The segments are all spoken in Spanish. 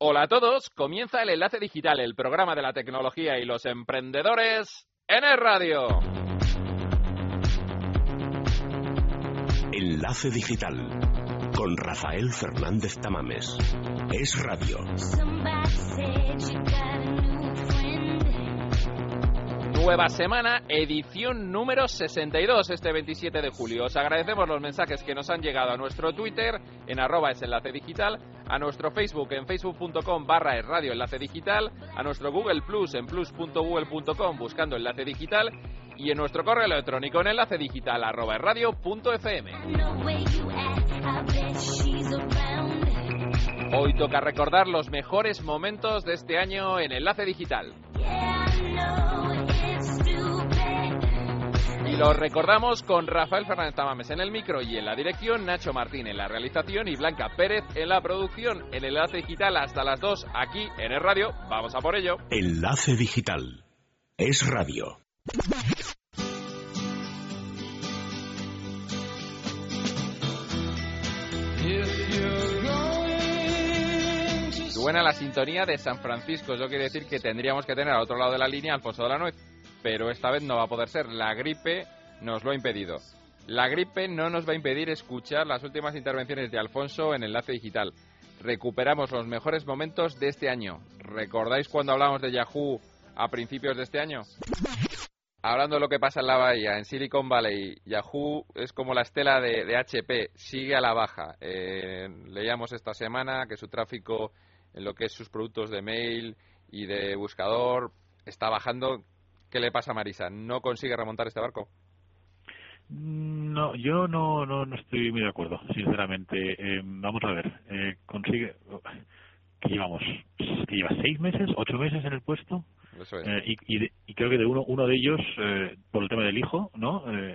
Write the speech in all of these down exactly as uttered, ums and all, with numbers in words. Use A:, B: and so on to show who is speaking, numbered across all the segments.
A: Hola a todos, comienza el Enlace Digital, el programa de la tecnología y los emprendedores en Es Radio.
B: Enlace Digital con Rafael Fernández Tamames. Es Radio.
A: Nueva semana, edición número sesenta y dos, este veintisiete de julio. Os agradecemos los mensajes que nos han llegado a nuestro Twitter, en arroba es enlace digital, a nuestro Facebook, en facebook.com barra es radio enlace digital, a nuestro Google Plus, en plus punto google punto com, buscando enlace digital, y en nuestro correo electrónico en enlace digital arroba es radio punto f m. Hoy toca recordar los mejores momentos de este año en Enlace Digital. Y los recordamos con Rafael Fernández Tamames en el micro y en la dirección, Nacho Martín en la realización y Blanca Pérez en la producción. En Enlace Digital hasta las dos, aquí en Es Radio. Vamos a por ello.
B: Enlace Digital. Es Radio.
A: Suena la sintonía de San Francisco. Eso quiere decir que tendríamos que tener al otro lado de la línea a Alfonso de la Nuez. Pero esta vez no va a poder ser. La gripe nos lo ha impedido. La gripe no nos va a impedir escuchar las últimas intervenciones de Alfonso en Enlace Digital. Recuperamos los mejores momentos de este año. ¿Recordáis cuando hablamos de Yahoo a principios de este año? Hablando de lo que pasa en la bahía, en Silicon Valley, Yahoo es como la estela de, de H P, sigue a la baja. Eh, leíamos esta semana que su tráfico en lo que es sus productos de mail y de buscador está bajando. ¿Qué le pasa a Marisa? ¿No consigue remontar este barco?
C: No, yo no no, no estoy muy de acuerdo, sinceramente. Eh, vamos a ver, eh, consigue... ¿Qué llevamos? ¿Que lleva seis meses, ocho meses en el puesto?
A: Eso es.
C: Eh, y, y, de, y creo que de uno uno de ellos, eh, por el tema del hijo, ¿no? Eh,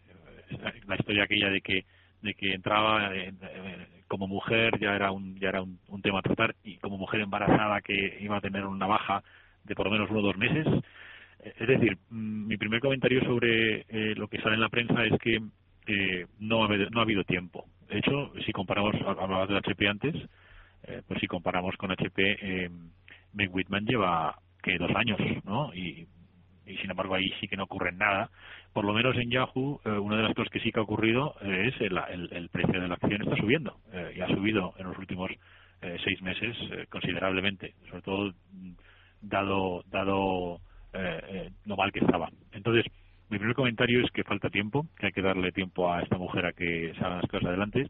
C: la historia aquella de que de que entraba eh, eh, como mujer ya era un ya era un, un tema a tratar, y como mujer embarazada que iba a tener una baja de por lo menos uno o dos meses. Es decir, mi primer comentario sobre eh, lo que sale en la prensa es que eh, no, ha habido, no ha habido tiempo. De hecho, si comparamos, hablabas de H P antes, eh, pues si comparamos con H P, eh, Ben Whitman lleva que dos años, ¿no? Y, y sin embargo ahí sí que no ocurre nada. Por lo menos en Yahoo, eh, una de las cosas que sí que ha ocurrido eh, es el, el, el precio de la acción está subiendo, eh, y ha subido en los últimos eh, seis meses eh, considerablemente, sobre todo dado dado Eh, eh, lo mal que estaba. Entonces, mi primer comentario es que falta tiempo, que hay que darle tiempo a esta mujer a que salgan las cosas adelante.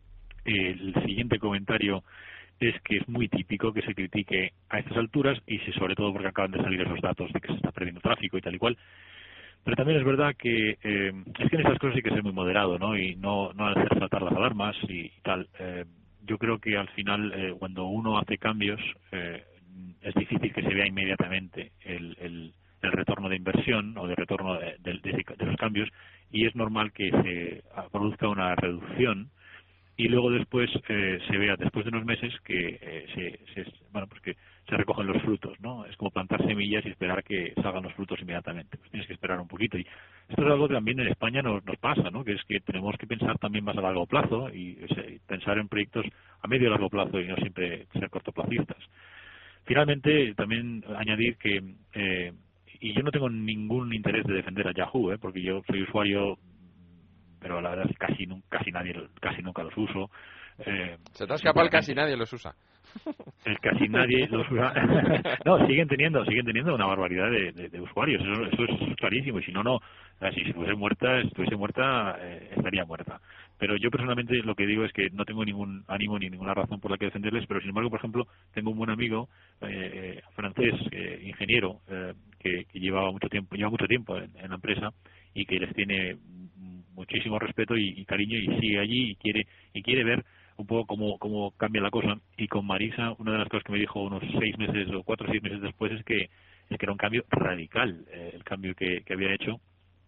C: Eh, el siguiente comentario es que es muy típico que se critique a estas alturas, y si, sobre todo porque acaban de salir esos datos de que se está perdiendo tráfico y tal y cual. Pero también es verdad que eh, es que en estas cosas hay que ser muy moderado, ¿no? Y no, no hacer saltar las alarmas y, y tal. Eh, yo creo que al final, eh, cuando uno hace cambios, eh, es difícil que se vea inmediatamente el, el, el retorno de inversión o de retorno de, de, de, de los cambios, y es normal que se produzca una reducción y luego después eh, se vea después de unos meses que eh, se, se bueno pues que se recogen los frutos, ¿no? Es como plantar semillas y esperar que salgan los frutos inmediatamente. Pues tienes que esperar un poquito, y esto es algo que también en España nos, nos pasa, ¿no? Que es que tenemos que pensar también más a largo plazo y, y pensar en proyectos a medio y largo plazo y no siempre ser cortoplacistas. Finalmente, también añadir que, eh, y yo no tengo ningún interés de defender a Yahoo, ¿eh? Porque yo soy usuario, pero la verdad es que casi, casi, nadie, casi nunca los uso. Eh,
A: Se te ha escapado el casi nadie los usa.
C: El casi nadie los usa. No, siguen teniendo siguen teniendo una barbaridad de, de, de usuarios, eso, eso es clarísimo, y si no, no, si estuviese muerta, estuviese muerta, eh, estaría muerta. Pero yo personalmente lo que digo es que no tengo ningún ánimo ni ninguna razón por la que defenderles, pero sin embargo, por ejemplo, tengo un buen amigo eh, francés, eh, ingeniero, eh, que, que llevaba mucho tiempo, lleva mucho tiempo en, en la empresa, y que les tiene muchísimo respeto y, y cariño, y sigue allí y quiere y quiere ver un poco cómo, cómo cambia la cosa. Y con Marisa, una de las cosas que me dijo unos seis meses o cuatro o seis meses después es que, es que era un cambio radical, eh, el cambio que, que había hecho,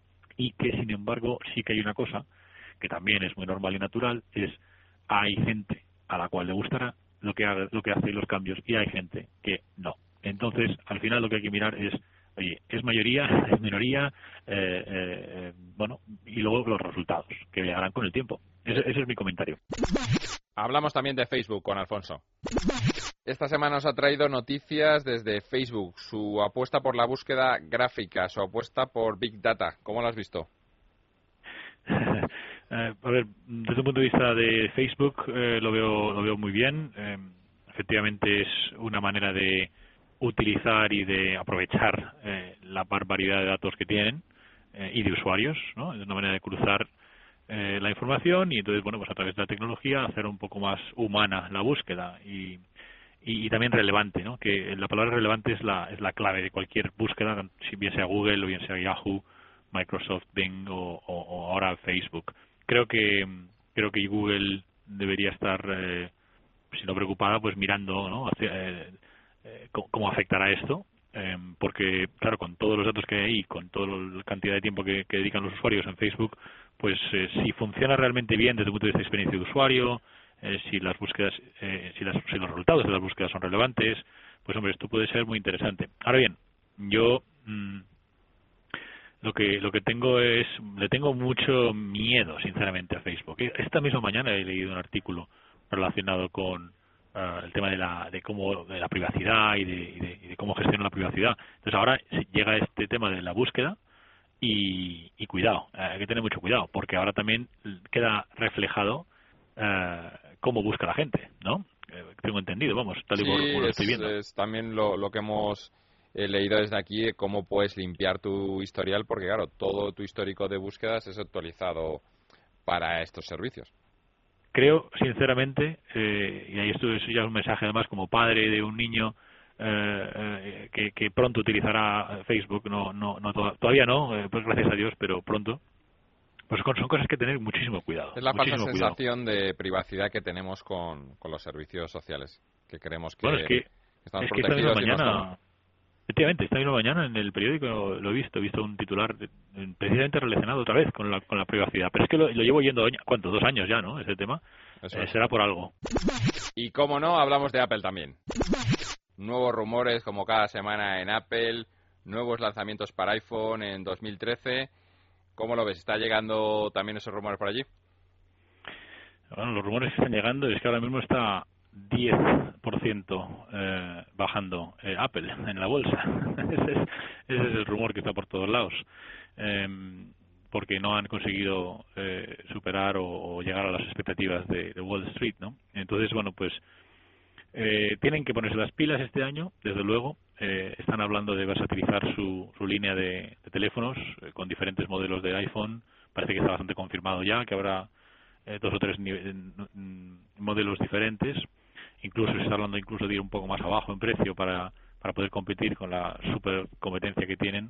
C: y que sin embargo sí que hay una cosa que también es muy normal y natural, es hay gente a la cual le gustará lo que haga, lo que hace los cambios, y hay gente que no. Entonces, al final lo que hay que mirar es, oye, ¿es mayoría, es minoría? Eh, eh, bueno, y luego los resultados, que llegarán con el tiempo. Ese, ese es mi comentario.
A: Hablamos también de Facebook con Alfonso. Esta semana nos ha traído noticias desde Facebook, su apuesta por la búsqueda gráfica, su apuesta por Big Data. ¿Cómo lo has visto?
C: eh, a ver, desde un punto de vista de Facebook eh, lo veo lo veo muy bien. Eh, efectivamente es una manera de utilizar y de aprovechar eh, la barbaridad de datos que tienen eh, y de usuarios, ¿no? Es una manera de cruzar eh, la información y entonces, bueno, pues a través de la tecnología hacer un poco más humana la búsqueda y Y, y también relevante, ¿no? Que la palabra relevante es la es la clave de cualquier búsqueda, si bien sea Google o bien sea Yahoo, Microsoft, Bing o, o, o ahora Facebook. Creo que creo que Google debería estar, eh, si no preocupada, pues mirando, ¿no? Hacia, eh, eh, cómo, cómo afectará esto, eh, porque claro, con todos los datos que hay ahí, con toda la cantidad de tiempo que, que dedican los usuarios en Facebook, pues eh, si funciona realmente bien desde el punto de vista de experiencia de usuario, Eh, si las búsquedas, eh, si, las, si los resultados de las búsquedas son relevantes, pues hombre, esto puede ser muy interesante. Ahora bien, yo mmm, lo que lo que tengo es, le tengo mucho miedo, sinceramente, a Facebook. Esta misma mañana he leído un artículo relacionado con uh, el tema de la de cómo de la privacidad y de, y de, y de cómo gestiona la privacidad. Entonces ahora llega este tema de la búsqueda y, y cuidado, hay que tener mucho cuidado, porque ahora también queda reflejado Uh, cómo busca la gente, ¿no? Eh, tengo entendido, vamos, tal y
A: sí,
C: como lo
A: es,
C: estoy viendo.
A: Es también lo, lo que hemos eh, leído desde aquí, de cómo puedes limpiar tu historial, porque claro, todo tu histórico de búsquedas es actualizado para estos servicios.
C: Creo, sinceramente, eh, y ahí esto es ya un mensaje además como padre de un niño eh, eh, que, que pronto utilizará Facebook, no, no, no todavía no, eh, pues gracias a Dios, pero pronto. Pues son cosas que tener muchísimo cuidado.
A: Es la falsa
C: muchísimo
A: sensación
C: cuidado.
A: de privacidad que tenemos con, con los servicios sociales, que creemos que,
C: bueno, es que,
A: que estamos
C: es que
A: protegidos.
C: Esta misma
A: y no
C: mañana, efectivamente, esta misma mañana en el periódico lo he visto, he visto un titular de, precisamente relacionado otra vez con la, con la privacidad. Pero es que lo, lo llevo yendo, ¿cuánto? Dos años ya, ¿no? Ese tema.
A: Eso
C: eh,
A: es.
C: Será por algo.
A: Y como no, hablamos de Apple también. Nuevos rumores como cada semana en Apple, nuevos lanzamientos para iPhone en dos mil trece. ¿Cómo lo ves? ¿Está llegando también esos rumores por allí?
C: Bueno, los rumores que están llegando es que ahora mismo está diez por ciento eh, bajando eh, Apple en la bolsa. ese, es, ese es el rumor que está por todos lados. Eh, porque no han conseguido eh, superar o, o llegar a las expectativas de, de Wall Street, ¿no? Entonces, bueno, pues eh, tienen que ponerse las pilas este año, desde luego. Eh, están hablando de versatilizar su, su línea de, de teléfonos eh, con diferentes modelos de iPhone. Parece que está bastante confirmado ya que habrá eh, dos o tres modelos diferentes. Incluso se está hablando incluso de ir un poco más abajo en precio para, para poder competir con la super competencia que tienen.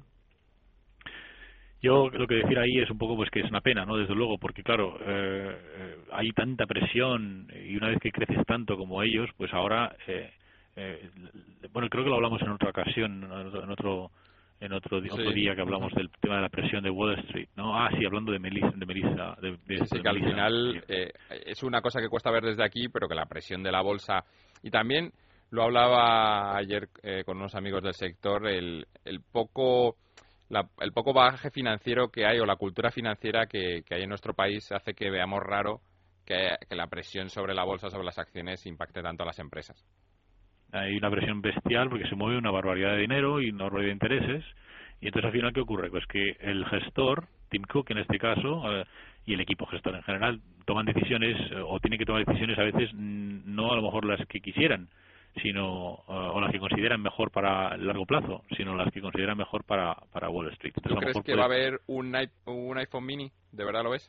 C: Yo lo que decir ahí es un poco pues que es una pena, ¿no? Desde luego, porque claro, eh, eh, hay tanta presión y una vez que creces tanto como ellos, pues ahora eh, Eh, bueno, creo que lo hablamos en otra ocasión, en otro en otro,
A: sí.
C: otro día que hablamos del tema de la presión de Wall Street, ¿no? Ah, sí, hablando de Melissa, de Melissa, de, de
A: sí, sí,
C: de
A: que
C: Melissa,
A: al final
C: sí.
A: eh, es una cosa que cuesta ver desde aquí, pero que la presión de la bolsa y también lo hablaba ayer eh, con unos amigos del sector, el, el poco la, el poco bagaje financiero que hay o la cultura financiera que, que hay en nuestro país hace que veamos raro que, que la presión sobre la bolsa, sobre las acciones impacte tanto a las empresas.
C: Hay una presión bestial porque se mueve una barbaridad de dinero y una barbaridad de intereses. Y entonces al final, ¿qué ocurre? Pues que el gestor, Tim Cook en este caso, eh, y el equipo gestor en general, toman decisiones eh, o tienen que tomar decisiones a veces no a lo mejor las que quisieran, sino uh, o las que consideran mejor para el largo plazo, sino las que consideran mejor para, para Wall Street. Entonces,
A: ¿Tú
C: a lo
A: crees
C: mejor
A: que
C: puede...
A: va a haber un, un iPhone mini? ¿De verdad lo ves?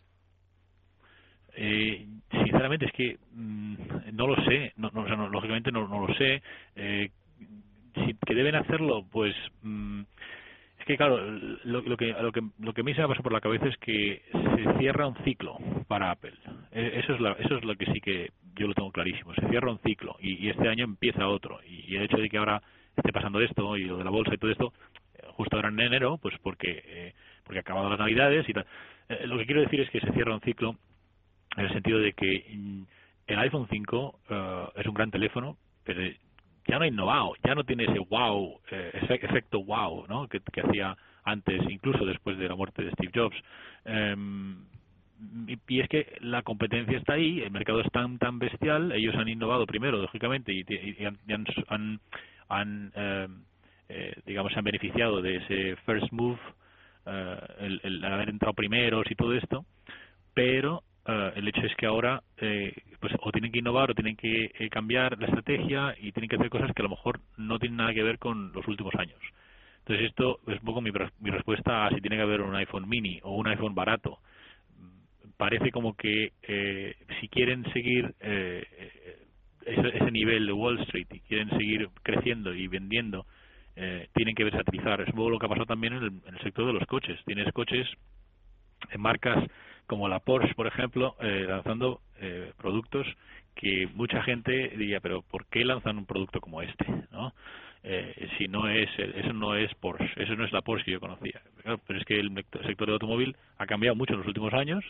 C: Eh, sinceramente es que mmm, no lo sé, no, no, o sea, no, lógicamente no, no lo sé. Eh, si que deben hacerlo, pues mmm, es que claro, lo, lo que lo que lo que a mí se me pasa por la cabeza es que se cierra un ciclo para Apple. Eh, eso es la, eso es lo que sí que yo lo tengo clarísimo. Se cierra un ciclo y, y este año empieza otro. Y, y el hecho de que ahora esté pasando esto y lo de la bolsa y todo esto justo ahora en enero, pues porque eh, porque ha acabado las Navidades y tal. Eh, lo que quiero decir es que se cierra un ciclo en el sentido de que el iPhone cinco uh, es un gran teléfono, pero ya no ha innovado, ya no tiene ese wow, eh, ese efecto wow, ¿no? que, que hacía antes, incluso después de la muerte de Steve Jobs. Um, y, y es que la competencia está ahí, el mercado es tan tan bestial, ellos han innovado primero, lógicamente, y, y, y han, y han, han, han eh, eh, digamos, se han beneficiado de ese first move, eh, el, el haber entrado primeros y todo esto, pero eh, el hecho es que ahora eh, pues o tienen que innovar o tienen que eh, cambiar la estrategia y tienen que hacer cosas que a lo mejor no tienen nada que ver con los últimos años. Entonces esto es un poco mi, mi respuesta a si tiene que haber un iPhone mini o un iPhone barato. Parece como que eh, si quieren seguir eh, ese, ese nivel de Wall Street y quieren seguir creciendo y vendiendo, eh, tienen que versatilizar. Es un poco lo que ha pasado también en el, en el sector de los coches. Tienes coches en marcas como la Porsche, por ejemplo, eh, lanzando eh, productos que mucha gente diría, pero ¿por qué lanzan un producto como este? ¿No? Eh, si no es, eso no es Porsche, eso no es la Porsche que yo conocía. Pero, pero es que el sector del automóvil ha cambiado mucho en los últimos años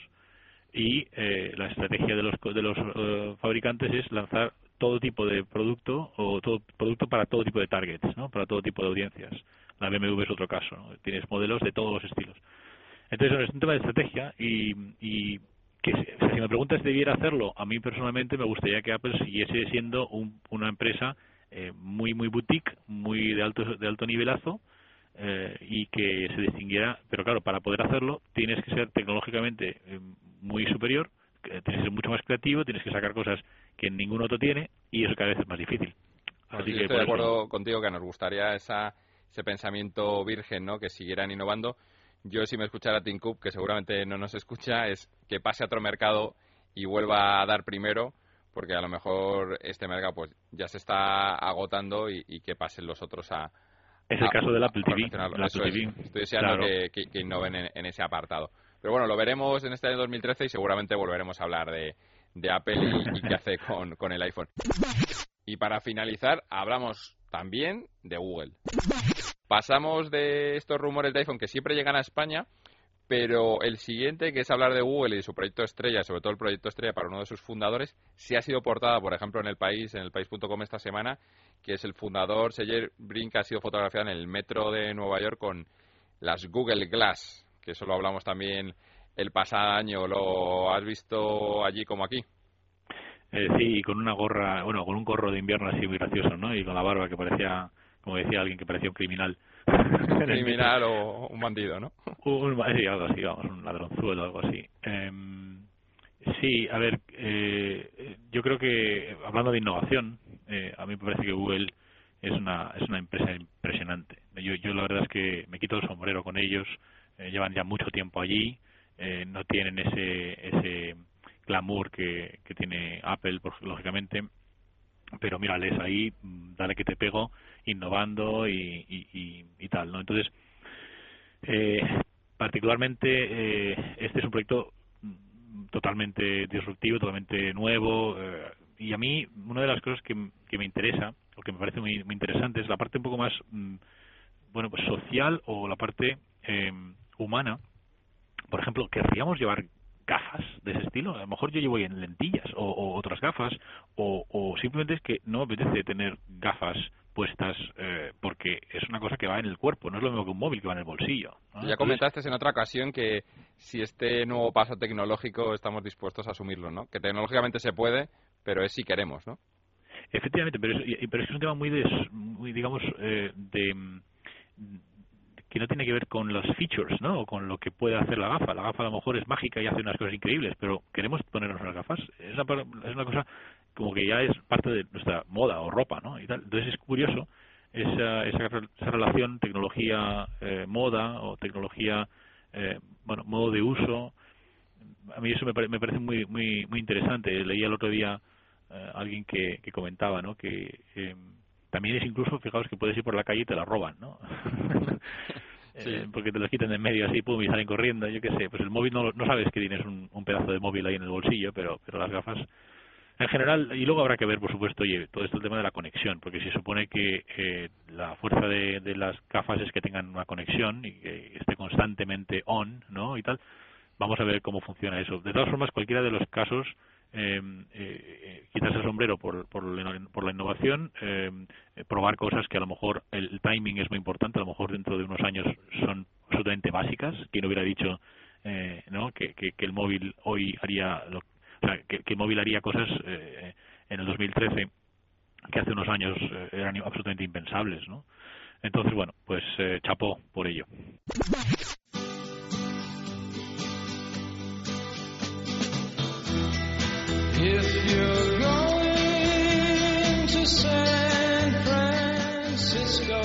C: y eh, la estrategia de los de los uh, fabricantes es lanzar todo tipo de producto o todo producto para todo tipo de targets, ¿no? Para todo tipo de audiencias. La B M W es otro caso, ¿no? Tienes modelos de todos los estilos. Entonces es un tema de estrategia y, y que o sea, si me preguntas si debiera hacerlo, a mí personalmente me gustaría que Apple siguiese siendo un, una empresa eh, muy muy boutique, muy de alto de alto nivelazo eh, y que se distinguiera, pero claro, para poder hacerlo tienes que ser tecnológicamente eh, muy superior, tienes que ser mucho más creativo, tienes que sacar cosas que ningún otro tiene y eso cada vez es más difícil.
A: Bueno, Así sí, que estoy de acuerdo eso... contigo que nos gustaría esa, ese pensamiento virgen, ¿no? Que siguieran innovando. Yo, si me escuchara Tim Cook, que seguramente no nos escucha, es que pase a otro mercado y vuelva a dar primero, porque a lo mejor este mercado pues ya se está agotando y, y que pasen los otros a...
C: Es el a, caso del Apple T V.
A: El Apple T V. Es. Estoy deseando claro. que, que, que innoven en, en ese apartado. Pero bueno, lo veremos en este año dos mil trece y seguramente volveremos a hablar de, de Apple y, y qué hace con, con el iPhone. Y para finalizar, hablamos también de Google. Pasamos de estos rumores de iPhone que siempre llegan a España, pero el siguiente, que es hablar de Google y de su proyecto estrella, sobre todo el proyecto estrella para uno de sus fundadores, sí ha sido portada, por ejemplo, en El País, en el país punto com esta semana, que es el fundador Sergey Brin, que ha sido fotografiado en el metro de Nueva York con las Google Glass, que eso lo hablamos también el pasado año. ¿Lo has visto allí como aquí?
C: Eh, sí, con una gorra, bueno, con un gorro de invierno así muy gracioso, ¿no? Y con la barba que parecía, como decía alguien, que parecía un criminal.
A: Un criminal o un bandido, ¿no?
C: Un, sí, algo así, vamos, un ladronzuelo, algo así. Eh, sí, a ver, eh, yo creo que, hablando de innovación, eh, a mí me parece que Google es una es una empresa impresionante. Yo, yo la verdad es que me quito el sombrero con ellos, eh, llevan ya mucho tiempo allí, eh, no tienen ese ese glamour que, que tiene Apple, pues, lógicamente, pero mírales ahí, dale que te pego, innovando y, y, y, y tal, ¿no? Entonces, eh, particularmente, eh, este es un proyecto totalmente disruptivo, totalmente nuevo, eh, y a mí una de las cosas que, que me interesa, o que me parece muy, muy interesante, es la parte un poco más, mm, bueno, pues social o la parte eh, humana. Por ejemplo, ¿querríamos llevar gafas de ese estilo? A lo mejor yo llevo en lentillas o, o otras gafas, o, o simplemente es que no me apetece tener gafas puestas eh, porque es una cosa que va en el cuerpo, no es lo mismo que un móvil que va en el bolsillo, ¿no?
A: Ya Entonces, comentaste en otra ocasión que si este nuevo paso tecnológico estamos dispuestos a asumirlo, ¿no? Que tecnológicamente se puede, pero es si queremos, ¿no?
C: Efectivamente, pero es, pero es que es un tema muy, de, muy digamos, eh, de... que no tiene que ver con los features, ¿no? O con lo que puede hacer la gafa. La gafa a lo mejor es mágica y hace unas cosas increíbles, pero queremos ponernos unas gafas. Es una, es una cosa como que ya es parte de nuestra moda o ropa, ¿no? Y tal. Entonces es curioso esa, esa, esa relación tecnología eh, moda o tecnología eh, bueno, modo de uso. A mí eso me, pare, me parece muy muy muy interesante. Leía el otro día eh, alguien que, que comentaba, ¿no? Que eh, también es incluso, fijaos, que puedes ir por la calle y te la roban, ¿no? Sí. Eh, porque te los quitan de en medio así, pum, y salen corriendo, yo qué sé. Pues el móvil no, no sabes que tienes un, un pedazo de móvil ahí en el bolsillo, pero pero las gafas, en general, y luego habrá que ver, por supuesto, oye, todo esto el tema de la conexión, porque se supone que eh, la fuerza de, de las gafas es que tengan una conexión y que esté constantemente on, ¿no? Y tal. Vamos a ver cómo funciona eso. De todas formas, cualquiera de los casos, eh, eh, quitarse el sombrero por, por, por la innovación, eh, probar cosas que a lo mejor el timing es muy importante, a lo mejor dentro de unos años son absolutamente básicas. ¿Quién hubiera dicho eh, ¿no? Que, que, que el móvil hoy haría, lo, o sea, que, que el móvil haría cosas eh, en el dos mil trece que hace unos años eh, eran absolutamente impensables, ¿no? Entonces, bueno, pues eh, chapó por ello.
D: If you're going to San Francisco.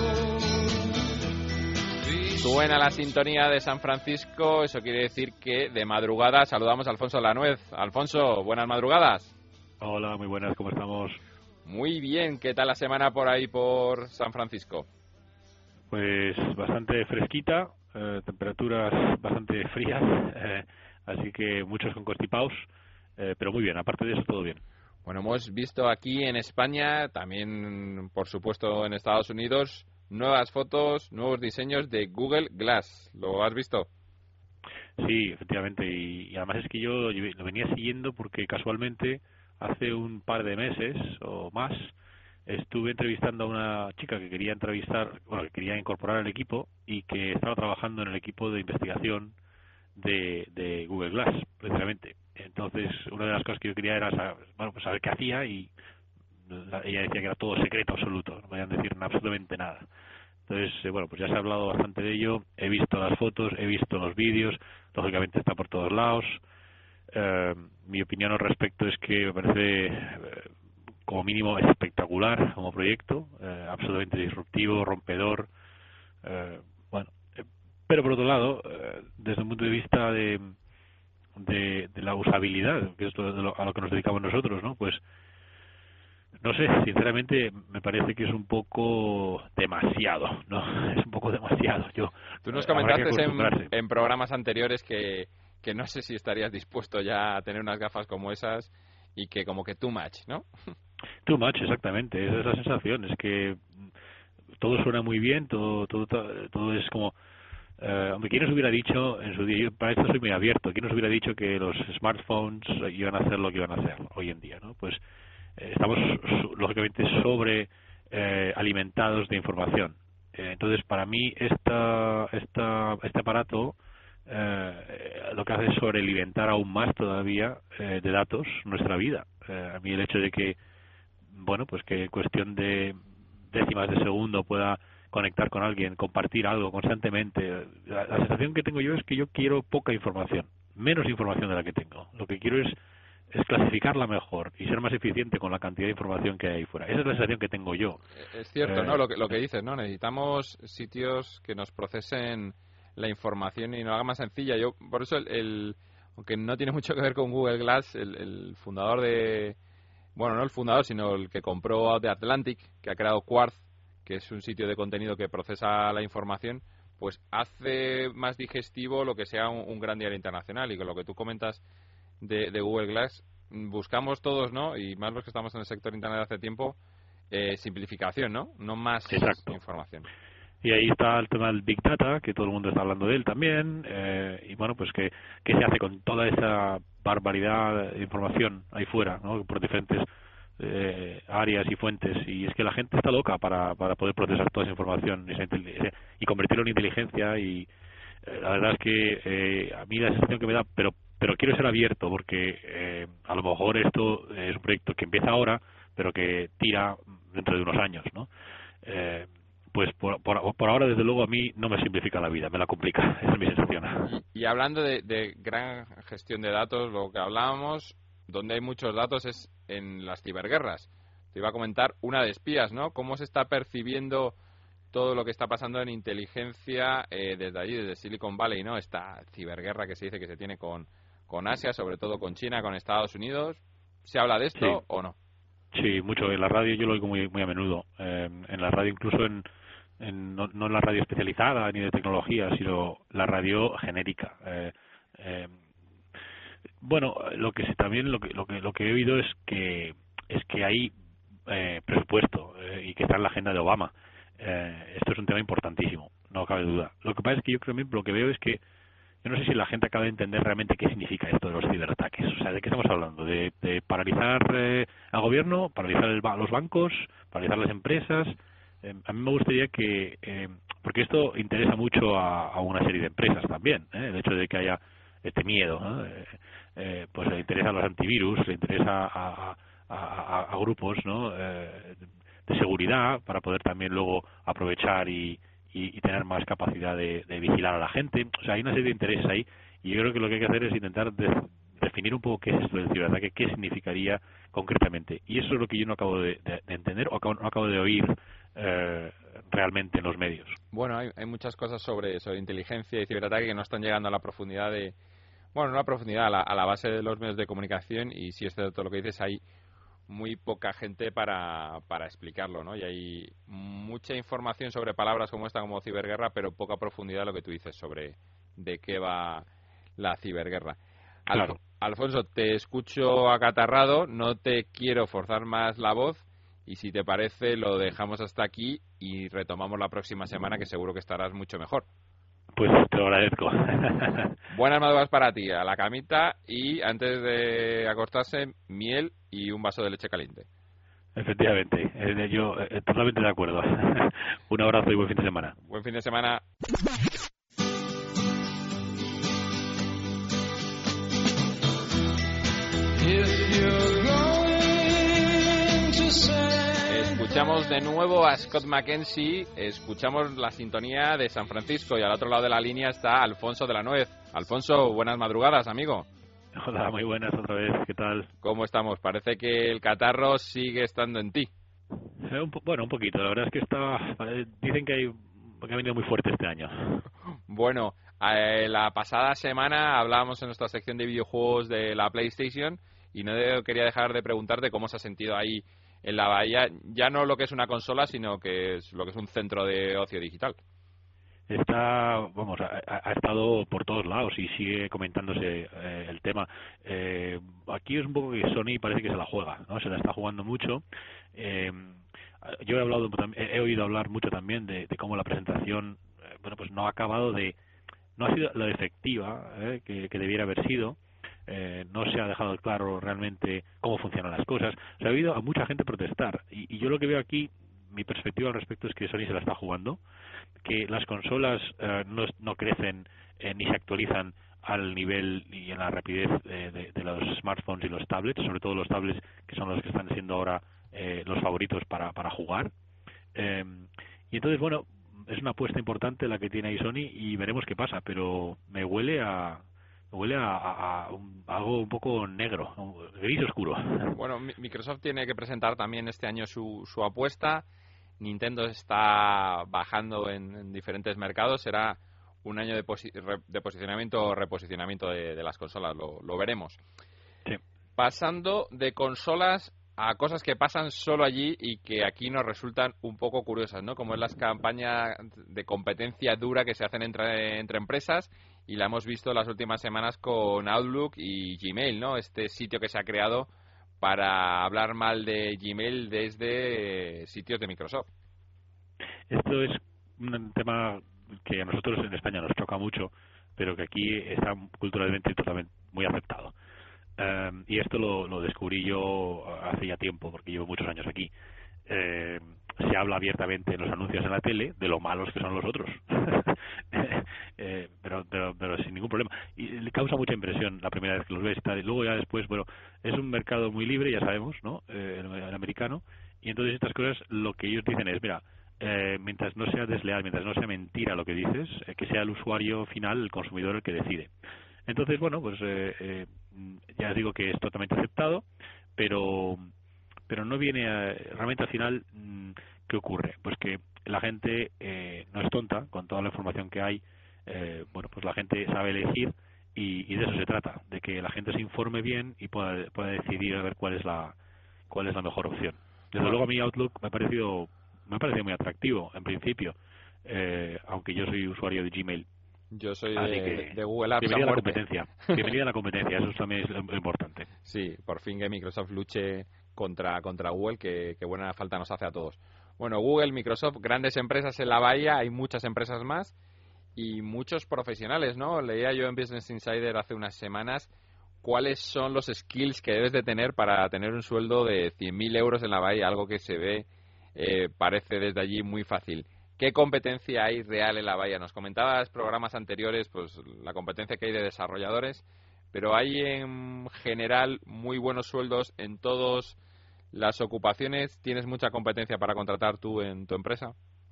A: Suena la sintonía de San Francisco, eso quiere decir que de madrugada saludamos a Alfonso Lanuez. Alfonso, buenas madrugadas.
C: Hola, muy buenas, ¿cómo estamos?
A: Muy bien, ¿qué tal la semana por ahí por San Francisco?
C: Pues bastante fresquita, eh, temperaturas bastante frías, eh, así que muchos con constipados, eh, pero muy bien, aparte de eso todo bien.
A: Bueno, hemos visto aquí en España, también por supuesto en Estados Unidos, nuevas fotos, nuevos diseños de Google Glass. ¿Lo has visto?
C: Sí, efectivamente, y, y además es que yo lo venía siguiendo porque casualmente hace un par de meses o más estuve entrevistando a una chica que quería entrevistar, bueno, que quería incorporar al equipo y que estaba trabajando en el equipo de investigación de, de Google Glass, precisamente. Entonces, una de las cosas que yo quería era saber, bueno, pues saber qué hacía, y la, ella decía que era todo secreto absoluto, no me podían decir absolutamente nada. Entonces, eh, bueno, pues ya se ha hablado bastante de ello, he visto las fotos, he visto los vídeos, lógicamente está por todos lados. Eh, mi opinión al respecto es que me parece eh, como mínimo espectacular como proyecto, eh, absolutamente disruptivo, rompedor, eh, bueno, eh, pero por otro lado, eh, desde un punto de vista de, de, de la usabilidad, que es lo, a lo que nos dedicamos nosotros, ¿no? Pues no sé, sinceramente me parece que es un poco demasiado, ¿no? Es un poco demasiado. Yo,
A: Tú nos comentaste en, en programas anteriores que, que no sé si estarías dispuesto ya a tener unas gafas como esas y que como que too much, ¿no?
C: Too much, exactamente. Esa es la sensación. Es que todo suena muy bien, todo todo, todo es como... Eh, hombre, ¿quién nos hubiera dicho en su día? Yo para esto soy muy abierto. ¿Quién nos hubiera dicho que los smartphones iban a hacer lo que iban a hacer hoy en día, ¿no? Pues estamos lógicamente sobre eh, alimentados de información. Eh, entonces, para mí esta, esta este aparato eh, lo que hace es sobrealimentar aún más todavía eh, de datos nuestra vida. Eh, a mí el hecho de que, bueno, pues que en cuestión de décimas de segundo pueda conectar con alguien, compartir algo constantemente, la, la sensación que tengo yo es que yo quiero poca información, menos información de la que tengo. Lo que quiero es es clasificarla mejor y ser más eficiente con la cantidad de información que hay fuera. Esa es la sensación que tengo yo.
A: Es cierto, eh, ¿no? Lo que, lo que dices, ¿no? Necesitamos sitios que nos procesen la información y nos haga más sencilla. Yo, por eso, el, el aunque no tiene mucho que ver con Google Glass, el, el fundador de... Bueno, no el fundador, sino el que compró The Atlantic, que ha creado Quartz, que es un sitio de contenido que procesa la información, pues hace más digestivo lo que sea un, un gran diario internacional. Y con lo que tú comentas De, de Google Glass, buscamos todos, ¿no? Y más los que estamos en el sector internet hace tiempo, eh, simplificación, ¿no? No más
C: Exacto.
A: información.
C: Y ahí está el tema del Big Data, que todo el mundo está hablando de él también, eh, y bueno, pues que, que se hace con toda esa barbaridad de información ahí fuera, ¿no? Por diferentes eh, áreas y fuentes, y es que la gente está loca para, para poder procesar toda esa información y, y convertirlo en inteligencia, y eh, la verdad es que eh, a mí la sensación que me da, pero pero quiero ser abierto porque eh, a lo mejor esto es un proyecto que empieza ahora pero que tira dentro de unos años, ¿no? Eh, pues por, por, por ahora desde luego a mí no me simplifica la vida, me la complica, esa es mi sensación.
A: Y, y hablando de, de gran gestión de datos, lo que hablábamos, donde hay muchos datos es en las ciberguerras. Te iba a comentar una de espías, ¿no? ¿Cómo se está percibiendo todo lo que está pasando en inteligencia eh, desde allí, desde Silicon Valley, ¿no? Esta ciberguerra que se dice que se tiene con con Asia, sobre todo con China, con Estados Unidos. ¿Se habla de esto sí. o no?
C: Sí, mucho. En la radio yo lo oigo muy muy a menudo. Eh, en la radio, incluso en, en no, no en la radio especializada ni de tecnología, sino la radio genérica. Eh, eh, bueno, lo que también lo que lo que lo que he oído es que es que hay eh, presupuesto eh, y que está en la agenda de Obama. Eh, esto es un tema importantísimo, no cabe duda. Lo que pasa es que yo creo que lo que veo es que yo no sé si la gente acaba de entender realmente qué significa esto de los ciberataques. O sea, ¿de qué estamos hablando? ¿De, de paralizar eh, al gobierno, paralizar el, los bancos, paralizar las empresas? Eh, a mí me gustaría que, eh, porque esto interesa mucho a, a una serie de empresas también, ¿eh? El hecho de que haya este miedo, ¿no? eh, eh, pues le interesa a los antivirus, le interesa a, a, a, a grupos, ¿no? eh, de seguridad para poder también luego aprovechar y, y, y tener más capacidad de, de vigilar a la gente. O sea, hay una serie de intereses ahí y yo creo que lo que hay que hacer es intentar de, definir un poco qué es esto del ciberataque, qué significaría concretamente. Y eso es lo que yo no acabo de, de, de entender o acabo, no acabo de oír eh, realmente en los medios.
A: Bueno, hay, hay muchas cosas sobre, sobre inteligencia y ciberataque que no están llegando a la profundidad de... Bueno, no a la profundidad, a la, a la base de los medios de comunicación, y si es cierto lo que dices, hay muy poca gente para, para explicarlo, ¿no? Y hay mucha información sobre palabras como esta, como ciberguerra, pero poca profundidad lo que tú dices sobre de qué va la ciberguerra.
C: Claro.
A: Alf- Alfonso, te escucho acatarrado, no te quiero forzar más la voz, y si te parece lo dejamos hasta aquí y retomamos la próxima semana, que seguro que estarás mucho mejor.
C: Pues te lo agradezco.
A: Buenas madrugadas para ti, a la camita, y antes de acostarse, miel y un vaso de leche caliente.
C: Efectivamente, eh, yo eh, totalmente de acuerdo. Un abrazo y buen fin de semana.
A: Buen fin de semana. Escuchamos de nuevo a Scott McKenzie, escuchamos la sintonía de San Francisco y al otro lado de la línea está Alfonso de la Nuez. Alfonso, buenas madrugadas, amigo.
C: Hola, muy buenas otra vez, ¿qué tal?
A: ¿Cómo estamos? Parece que el catarro sigue estando en ti.
C: Eh, un po- bueno, un poquito, la verdad es que está, eh, dicen que, hay, que ha venido muy fuerte este año.
A: Bueno, eh, la pasada semana hablábamos en nuestra sección de videojuegos de la PlayStation y no quería dejar de preguntarte cómo se ha sentido ahí en la bahía, ya no lo que es una consola, sino que es lo que es un centro de ocio digital.
C: Está, vamos, ha, ha estado por todos lados y sigue comentándose eh, el tema. Eh, aquí es un poco que Sony parece que se la juega, ¿no? Se la está jugando mucho. Eh, yo he hablado, he oído hablar mucho también de, de cómo la presentación, eh, bueno, pues no ha acabado de, no ha sido la efectiva eh, que, que debiera haber sido. Eh, no se ha dejado claro realmente cómo funcionan las cosas. Se ha oído a mucha gente protestar y, y yo lo que veo aquí, mi perspectiva al respecto es que Sony se la está jugando, que las consolas eh, no, no crecen eh, ni se actualizan al nivel y en la rapidez eh, de, de los smartphones y los tablets, sobre todo los tablets que son los que están siendo ahora eh, los favoritos para, para jugar. Eh, y entonces, bueno, es una apuesta importante la que tiene ahí Sony y veremos qué pasa, pero me huele a huele a, a, a, un, a algo un poco negro, gris oscuro.
A: Bueno, Microsoft tiene que presentar también este año su, su apuesta. Nintendo está bajando en, en diferentes mercados. Será un año de, posi re de posicionamiento o reposicionamiento de, de las consolas. Lo, lo veremos.
C: Sí.
A: Pasando de consolas a cosas que pasan solo allí y que aquí nos resultan un poco curiosas, ¿no? Como es las campañas de competencia dura que se hacen entre, entre empresas, y la hemos visto las últimas semanas con Outlook y Gmail, ¿no? Este sitio que se ha creado para hablar mal de Gmail desde sitios de Microsoft.
C: Esto es un tema que a nosotros en España nos choca mucho, pero que aquí está culturalmente totalmente muy aceptado. Um, y esto lo, lo descubrí yo hace ya tiempo, porque llevo muchos años aquí. Eh, se habla abiertamente en los anuncios en la tele de lo malos que son los otros. eh, pero, pero, pero sin ningún problema. Y le causa mucha impresión la primera vez que los ves y tal. Y luego ya después, bueno, es un mercado muy libre, ya sabemos, ¿no? Eh, el, el americano. Y entonces estas cosas lo que ellos dicen es, mira, eh, mientras no sea desleal, mientras no sea mentira lo que dices, eh, que sea el usuario final, el consumidor, el que decide. Entonces, bueno, pues eh, eh, ya os digo que es totalmente aceptado, pero pero no viene a, realmente al final, ¿qué ocurre? Pues que la gente eh, no es tonta, con toda la información que hay, eh, bueno, pues la gente sabe elegir y, y de eso se trata, de que la gente se informe bien y pueda, pueda decidir a ver cuál es la cuál es la mejor opción. Desde luego a mí Outlook me ha parecido, me ha parecido muy atractivo, en principio, eh, aunque yo soy usuario de Gmail.
A: Yo soy
C: Así
A: de,
C: que,
A: de Google Apps.
C: Bienvenida a la competencia. Bienvenida a la competencia, eso también es lo importante.
A: Sí, por fin que Microsoft luche contra, contra Google, que, que buena falta nos hace a todos. Bueno, Google, Microsoft, grandes empresas en la bahía, hay muchas empresas más y muchos profesionales, ¿no? Leía yo en Business Insider hace unas semanas cuáles son los skills que debes de tener para tener un sueldo de cien mil euros en la bahía, algo que se ve, eh, parece desde allí muy fácil. ¿Qué competencia hay real en la bahía? Nos comentabas programas anteriores, pues la competencia que hay de desarrolladores, pero hay en general muy buenos sueldos en todas las ocupaciones. ¿Tienes mucha competencia para contratar tú en tu empresa?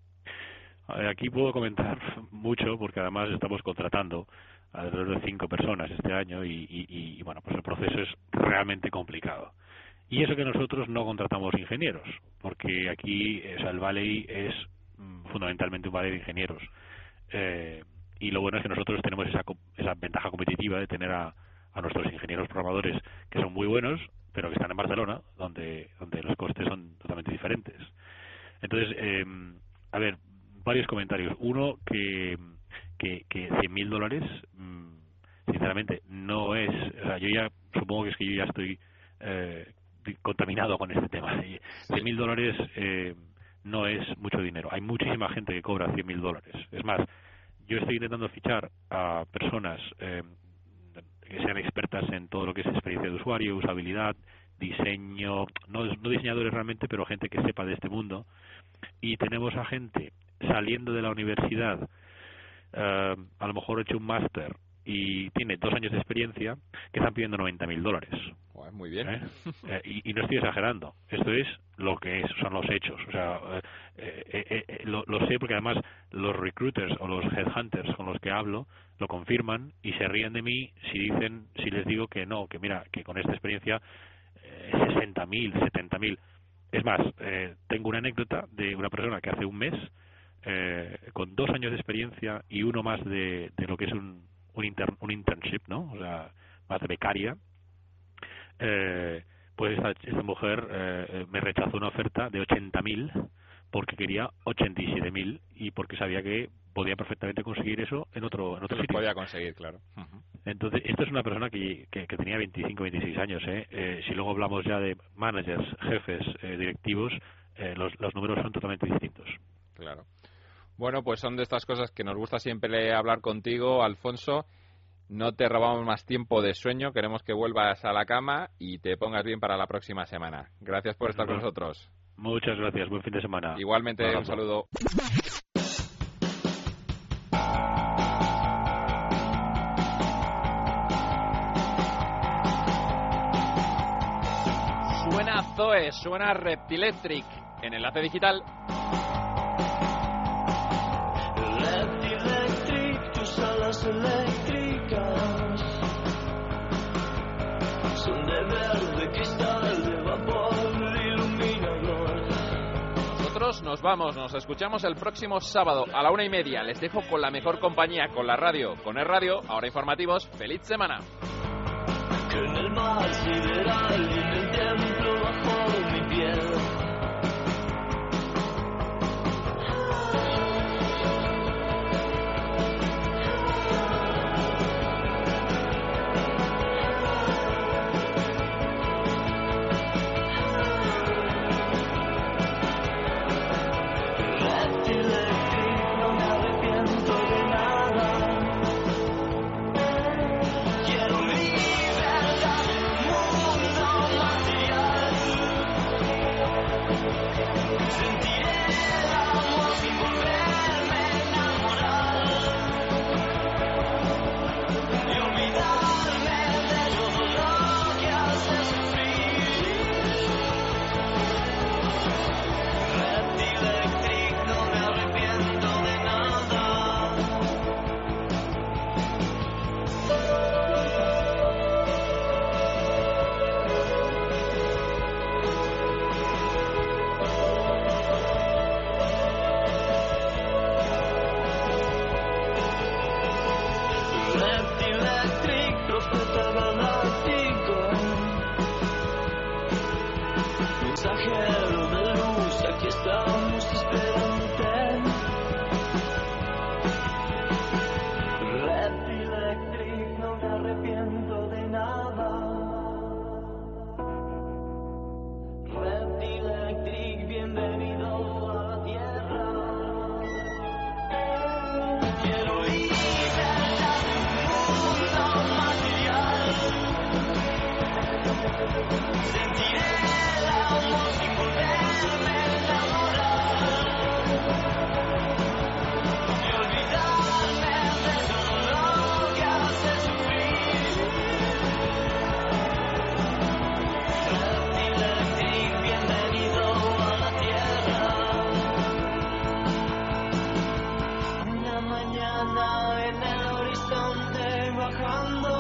C: Aquí puedo comentar mucho porque además estamos contratando alrededor de cinco personas este año y, y, y bueno, pues el proceso es realmente complicado. Y eso que nosotros no contratamos ingenieros, porque aquí o sea, el Valley es mm, fundamentalmente un Valley de ingenieros. Eh, y lo bueno es que nosotros tenemos esa, esa ventaja competitiva de tener a, a nuestros ingenieros programadores que son muy buenos, pero que están en Barcelona, donde, donde los costes son totalmente diferentes. Entonces, eh, a ver, varios comentarios. Uno, que, que, que cien mil dólares, sinceramente, no es... O sea, yo ya, supongo que es que yo ya estoy eh, contaminado con este tema. cien mil dólares eh, no es mucho dinero. Hay muchísima gente que cobra cien mil dólares. Es más, yo estoy intentando fichar a personas eh, que sean expertas en todo lo que es experiencia de usuario, usabilidad, diseño, no, no diseñadores realmente, pero gente que sepa de este mundo. Y tenemos a gente saliendo de la universidad, uh, a lo mejor ha hecho un máster y tiene dos años de experiencia, que están pidiendo noventa mil dólares.
A: Wow, muy bien.
C: ¿Eh? Eh, y, y no estoy exagerando. Esto es lo que es, son los hechos. O sea, eh, eh, eh, lo, lo sé porque además los recruiters o los headhunters con los que hablo lo confirman y se ríen de mí si dicen, si les digo que no, que mira, que con esta experiencia eh, sesenta mil, setenta mil. Es más, eh, tengo una anécdota de una persona que hace un mes, eh, con dos años de experiencia y uno más de, de lo que es un, un, inter, un internship, ¿no? O sea, más de becaria, eh, pues esta, esta mujer eh, me rechazó una oferta de ochenta mil porque quería ochenta y siete mil y porque sabía que podía perfectamente conseguir eso en otro en otro
A: Se
C: sitio.
A: podía conseguir, claro. Uh-huh.
C: Entonces, esta es una persona que, que, que tenía veinticinco, veintiséis años. ¿eh? Eh, si luego hablamos ya de managers, jefes, eh, directivos, eh, los, los números son totalmente distintos.
A: Claro. Bueno, pues son de estas cosas que nos gusta siempre hablar contigo, Alfonso. No te robamos más tiempo de sueño. Queremos que vuelvas a la cama y te pongas bien para la próxima semana. Gracias por estar con nosotros.
C: Muchas gracias. Buen fin de semana.
A: Igualmente, un, un saludo. Suena Zoe, suena Reptilelectric en Enlace Digital.
D: Reptilelectric, tus alas eléctricas son de verde cristal, de vapor iluminador.
A: Nosotros nos vamos, nos escuchamos el próximo sábado a la una y media. Les dejo con la mejor compañía, con la radio, con el radio, ahora informativos. ¡Feliz semana!
D: Que en el mar sideral y en el templo bajo mi piel Reptilelectric, no me arrepiento de nada. Quiero libertad, mundo material. Sentiré el amor sin volverme a enamorar y olvidarme de todo lo que hace sufrir. Reptilelectric, no me arrepiento de nada. Reptilelectric, profeta galáctico, mensajero de luz, aquí estamos esperándote. Reptilelectric, no me arrepiento de nada. Reptilelectric, bienvenido a la Tierra. Quiero libertad, mundo material. Sentiré el amor sin volverme a enamorar dibujando